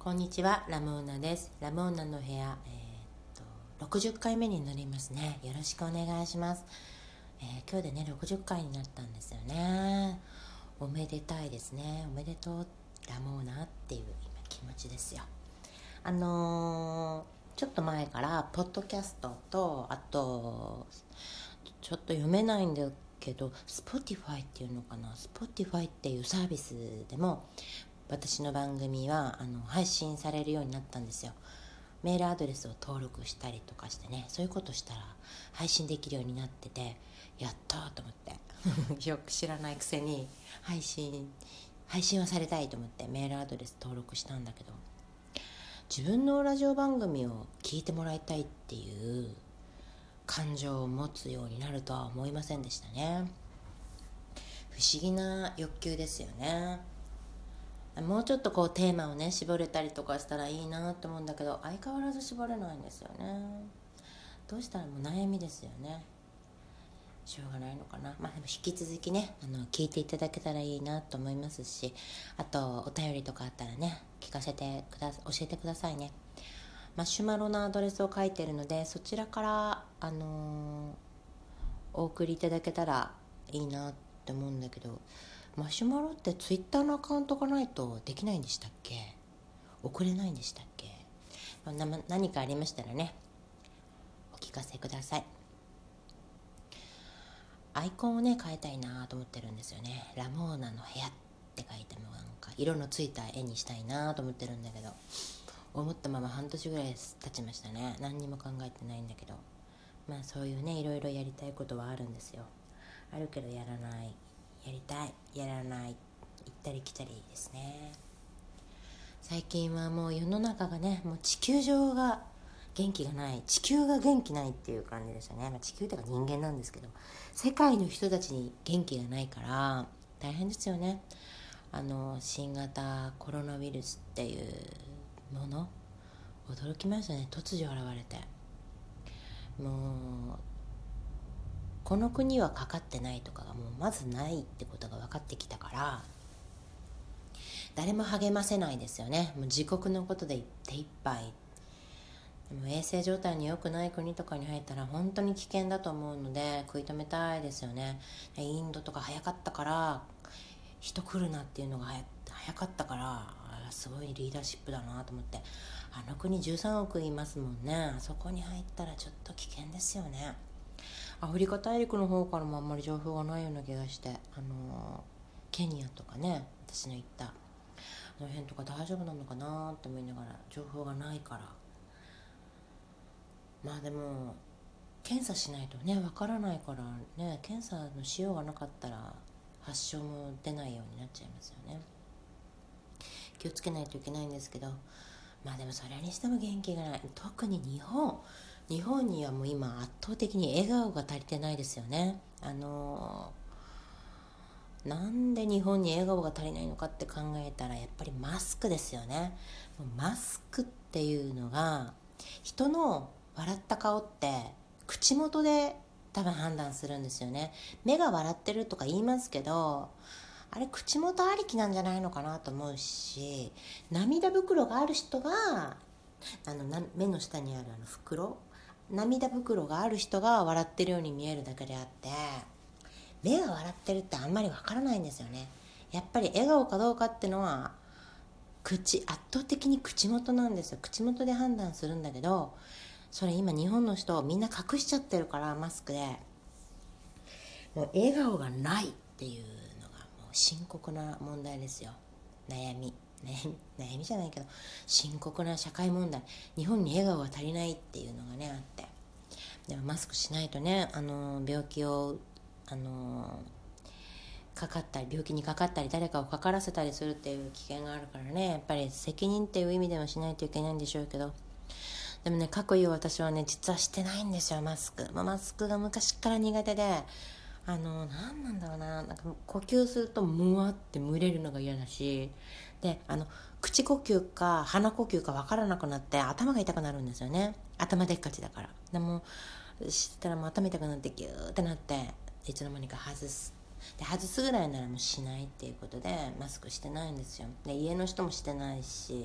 こんにちは、ラムーナです。ラムーナの部屋、60回目になりますね。よろしくお願いします。今日でね60回になったんですよね。おめでたいですね。おめでとうラムーナっていう今気持ちですよ。ちょっと前からポッドキャストと、あとちょっと読めないんだけど Spotify っていうのかな、 Spotify っていうサービスでも私の番組は配信されるようになったんですよ。メールアドレスを登録したりとかしてね、そういうことしたら配信できるようになってて、やったーと思ってよく知らないくせに配信はされたいと思ってメールアドレス登録したんだけど、自分のラジオ番組を聞いてもらいたいっていう感情を持つようになるとは思いませんでしたね。不思議な欲求ですよね。もうちょっとこうテーマをね絞れたりとかしたらいいなと思うんだけど、相変わらず絞れないんですよね。どうしたらもう悩みですよね。しょうがないのかな。でも引き続きね聞いていただけたらいいなと思いますし、あとお便りとかあったらね教えてくださいね。マシュマロのアドレスを書いてるので、そちらからお送りいただけたらいいなって思うんだけど、マシュマロってツイッターのアカウントがないとできないんでしたっけ？送れないんでしたっけ？何かありましたらねお聞かせください。アイコンをね変えたいなと思ってるんですよね。ラモーナの部屋って書いてもなんか色のついた絵にしたいなと思ってるんだけど、思ったまま半年ぐらい経ちましたね。何にも考えてないんだけど、そういうねいろいろやりたいことはあるんですよ。あるけどやらない、やりたい、やらない、行ったり来たりですね。最近はもう世の中がね、もう地球上が元気がない、地球が元気ないっていう感じですよね。地球というか人間なんですけど、世界の人たちに元気がないから大変ですよね。新型コロナウイルスっていうもの、驚きましたね。突如現れて、もうこの国はかかってないとかがもうまずないってことが分かってきたから、誰も励ませないですよね。もう自国のことで手一杯。でも衛生状態に良くない国とかに入ったら本当に危険だと思うので食い止めたいですよね。インドとか早かったから人来るなっていうのが早かったから、すごいリーダーシップだなと思って。あの国13億いますもんね。あそこに入ったらちょっと危険ですよね。アフリカ大陸の方からもあんまり情報がないような気がして、ケニアとかね、私の行ったあの辺とか大丈夫なのかなって思いながら、情報がないから。でも検査しないとねわからないからね、検査のしようがなかったら発症も出ないようになっちゃいますよね。気をつけないといけないんですけど、でもそれにしても元気がない。特に日本にはもう今圧倒的に笑顔が足りてないですよね。なんで日本に笑顔が足りないのかって考えたらやっぱりマスクですよね。マスクっていうのが、人の笑った顔って口元で多分判断するんですよね。目が笑ってるとか言いますけど、あれ口元ありきなんじゃないのかなと思うし、涙袋がある人が目の下にある涙袋がある人が笑ってるように見えるだけであって、目が笑ってるってあんまりわからないんですよね。やっぱり笑顔かどうかってのは圧倒的に口元なんですよ。口元で判断するんだけど、それ今日本の人みんな隠しちゃってるから、マスクでもう笑顔がないっていうのがもう深刻な問題ですよ。悩みじゃないけど深刻な社会問題。日本に笑顔が足りないっていうのがねあって、でもマスクしないとね、病気を病気にかかったり誰かをかからせたりするっていう危険があるからね、やっぱり責任っていう意味ではしないといけないんでしょうけど、でもね、かくいう私はね実はしてないんですよ、マスク。マスクが昔から苦手で、何なんだろうな、なんか呼吸するとムワって蒸れるのが嫌だし、で口呼吸か鼻呼吸か分からなくなって頭が痛くなるんですよね。頭でっかちだから。でもしたらもう頭痛くなってギューってなって、いつの間にか外すぐらいならもうしないっていうことでマスクしてないんですよ。で家の人もしてないし、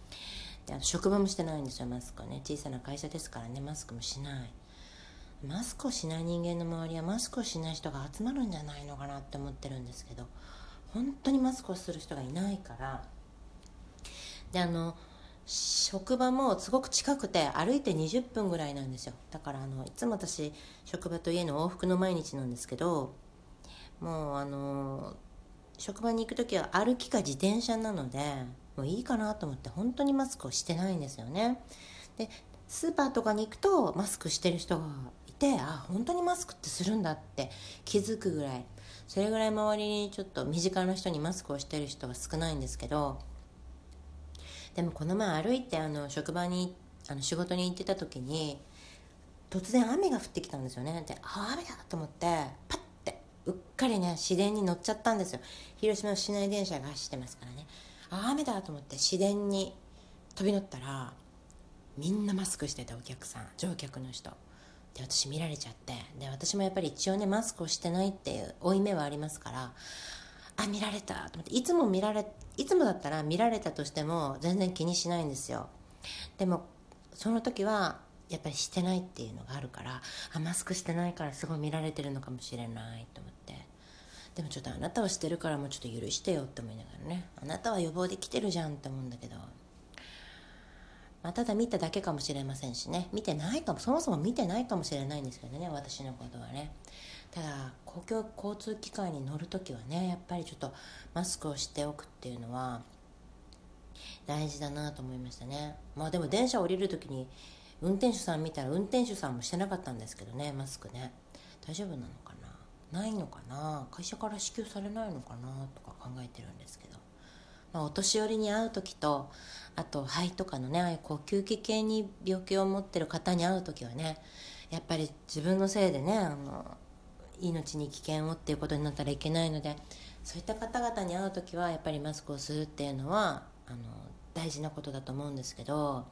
で職場もしてないんですよ、マスクね。小さな会社ですからね、マスクもしない。マスクをしない人間の周りはマスクをしない人が集まるんじゃないのかなって思ってるんですけど、本当にマスクをする人がいないから。で職場もすごく近くて歩いて20分ぐらいなんですよ。だからいつも私職場と家の往復の毎日なんですけど、もう職場に行く時は歩きか自転車なので、もういいかなと思って本当にマスクをしてないんですよね。でスーパーとかに行くとマスクしてる人がいて、本当にマスクってするんだって気づくぐらい、それぐらい周りにちょっと身近な人にマスクをしてる人が少ないんですけど、でもこの前歩いて職場に仕事に行ってた時に突然雨が降ってきたんですよね。で雨だと思ってパッてうっかりね市電に乗っちゃったんですよ。広島の市内電車が走ってますからね。雨だと思って市電に飛び乗ったら、みんなマスクしてた、お客さん乗客の人で、私見られちゃって、で私もやっぱり一応ねマスクをしてないっていう負い目はありますから、見られたと思って、いつもだったら見られたとしても全然気にしないんですよ。でもその時はやっぱりしてないっていうのがあるから、マスクしてないからすごい見られてるのかもしれないと思って、でもちょっとあなたはしてるからもうちょっと許してよって思いながらね、あなたは予防できてるじゃんって思うんだけど、ただ見ただけかもしれませんしね、見てないかも、そもそも見てないかもしれないんですけどね、私のことはね。ただ公共交通機関に乗るときはね、やっぱりちょっとマスクをしておくっていうのは大事だなと思いましたね。でも電車降りるときに運転手さん見たら、運転手さんもしてなかったんですけどね、マスクね。大丈夫なのかな、ないのかな、会社から支給されないのかなとか考えてるんですけど、お年寄りに会う時と、あと肺とかのね、呼吸器系に病気を持ってる方に会う時はね、やっぱり自分のせいでね命に危険をっていうことになったらいけないので、そういった方々に会う時はやっぱりマスクをするっていうのは大事なことだと思うんですけど、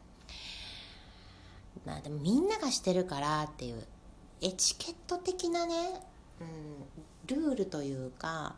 でもみんながしてるからっていうエチケット的なね、ルールというか、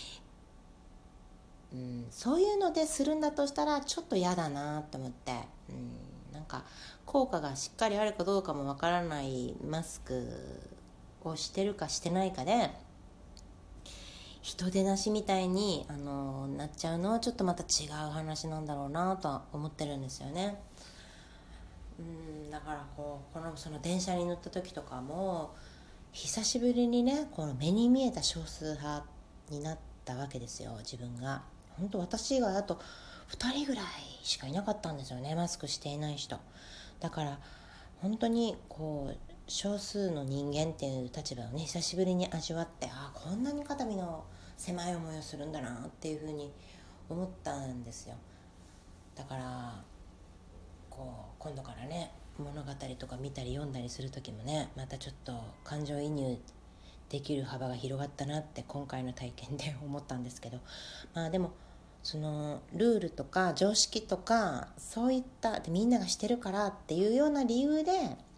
そういうのでするんだとしたらちょっと嫌だなと思って、なんか効果がしっかりあるかどうかもわからないマスクをしてるかしてないかで人出なしみたいになっちゃうのはちょっとまた違う話なんだろうなとは思ってるんですよね。だからその電車に乗った時とかも久しぶりにねこの目に見えた少数派になったわけですよ、自分が。本当私以外あと2人ぐらいしかいなかったんですよね、マスクしていない人。だから本当に少数の人間っていう立場をね久しぶりに味わって、こんなに肩身の狭い思いをするんだなっていうふうに思ったんですよ。だから今度からね物語とか見たり読んだりする時もね、またちょっと感情移入できる幅が広がったなって今回の体験で思ったんですけど、でもそのルールとか常識とかそういったみんながしてるからっていうような理由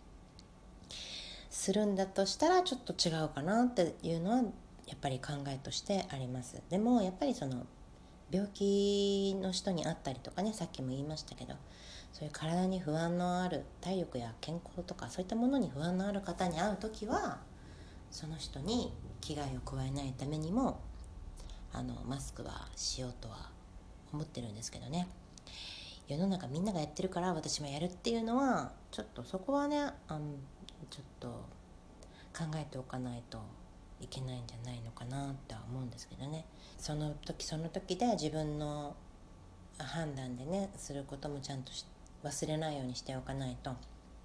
でするんだとしたらちょっと違うかなっていうのはやっぱり考えとしてあります。でもやっぱりその病気の人に会ったりとかね、さっきも言いましたけど、そういう体に不安のある、体力や健康とかそういったものに不安のある方に会うときはその人に危害を加えないためにもマスクはしようとは思ってるんですけどね。世の中みんながやってるから私もやるっていうのはちょっとそこはねちょっと考えておかないといけないんじゃないのかなっては思うんですけどね。その時その時で自分の判断でねすることもちゃんと忘れないようにしておかないと、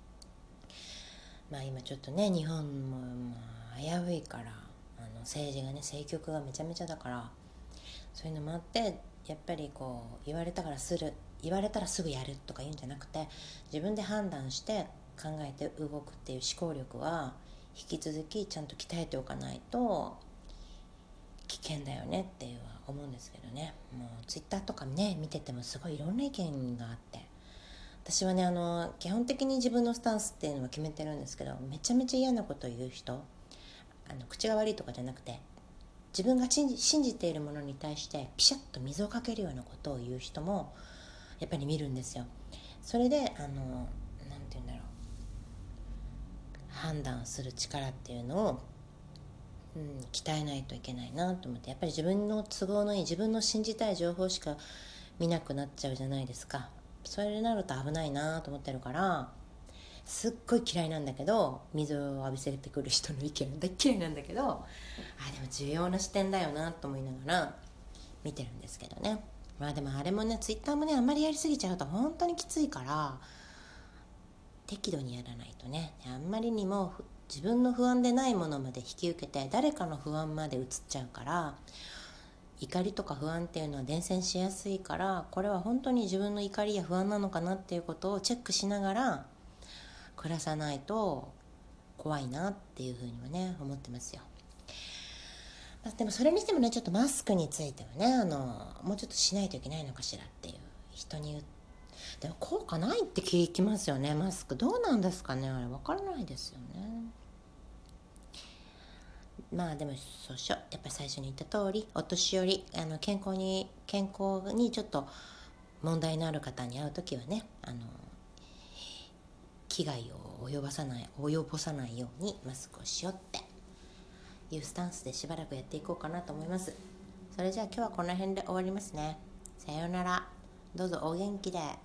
今ちょっとね日本も危ういから政治がね政局がめちゃめちゃだから、そういうのもあってやっぱり言われたらすぐやるとか言うんじゃなくて、自分で判断して考えて動くっていう思考力は引き続きちゃんと鍛えておかないと危険だよねっていうは思うんですけどね。もうツイッターとかね見ててもすごいいろんな意見があって、私はね基本的に自分のスタンスっていうのは決めてるんですけど、めちゃめちゃ嫌なことを言う人、口が悪いとかじゃなくて自分が信じているものに対してピシャッと水をかけるようなことを言う人もやっぱり見るんですよ。それでなんて言うんだろう、判断する力っていうのを、鍛えないといけないなと思って、やっぱり自分の都合のいい、自分の信じたい情報しか見なくなっちゃうじゃないですか。それになると危ないなと思ってるから、すっごい嫌いなんだけど、水を浴びせてくる人の意見大嫌いなんだけど、でも重要な視点だよなと思いながら見てるんですけどね。でもあれもね、ツイッターもね、あんまりやりすぎちゃうと本当にきついから、適度にやらないとね。あんまりにも自分の不安でないものまで引き受けて誰かの不安まで移っちゃうから、怒りとか不安っていうのは伝染しやすいから、これは本当に自分の怒りや不安なのかなっていうことをチェックしながら暮らさないと怖いなっていうふうにはね思ってますよ。でもそれにしてもね、ちょっとマスクについてはね、もうちょっとしないといけないのかしらっていう、人に言って、でも効果ないって聞きますよね。マスクどうなんですかね、あれ分からないですよね。でもそうしよう。やっぱり最初に言った通り、お年寄り、健康にちょっと問題のある方に会うときはね、危害を及ぼさないようにマスクをしようっていうスタンスでしばらくやっていこうかなと思います。それじゃあ今日はこの辺で終わりますね。さようなら。どうぞお元気で。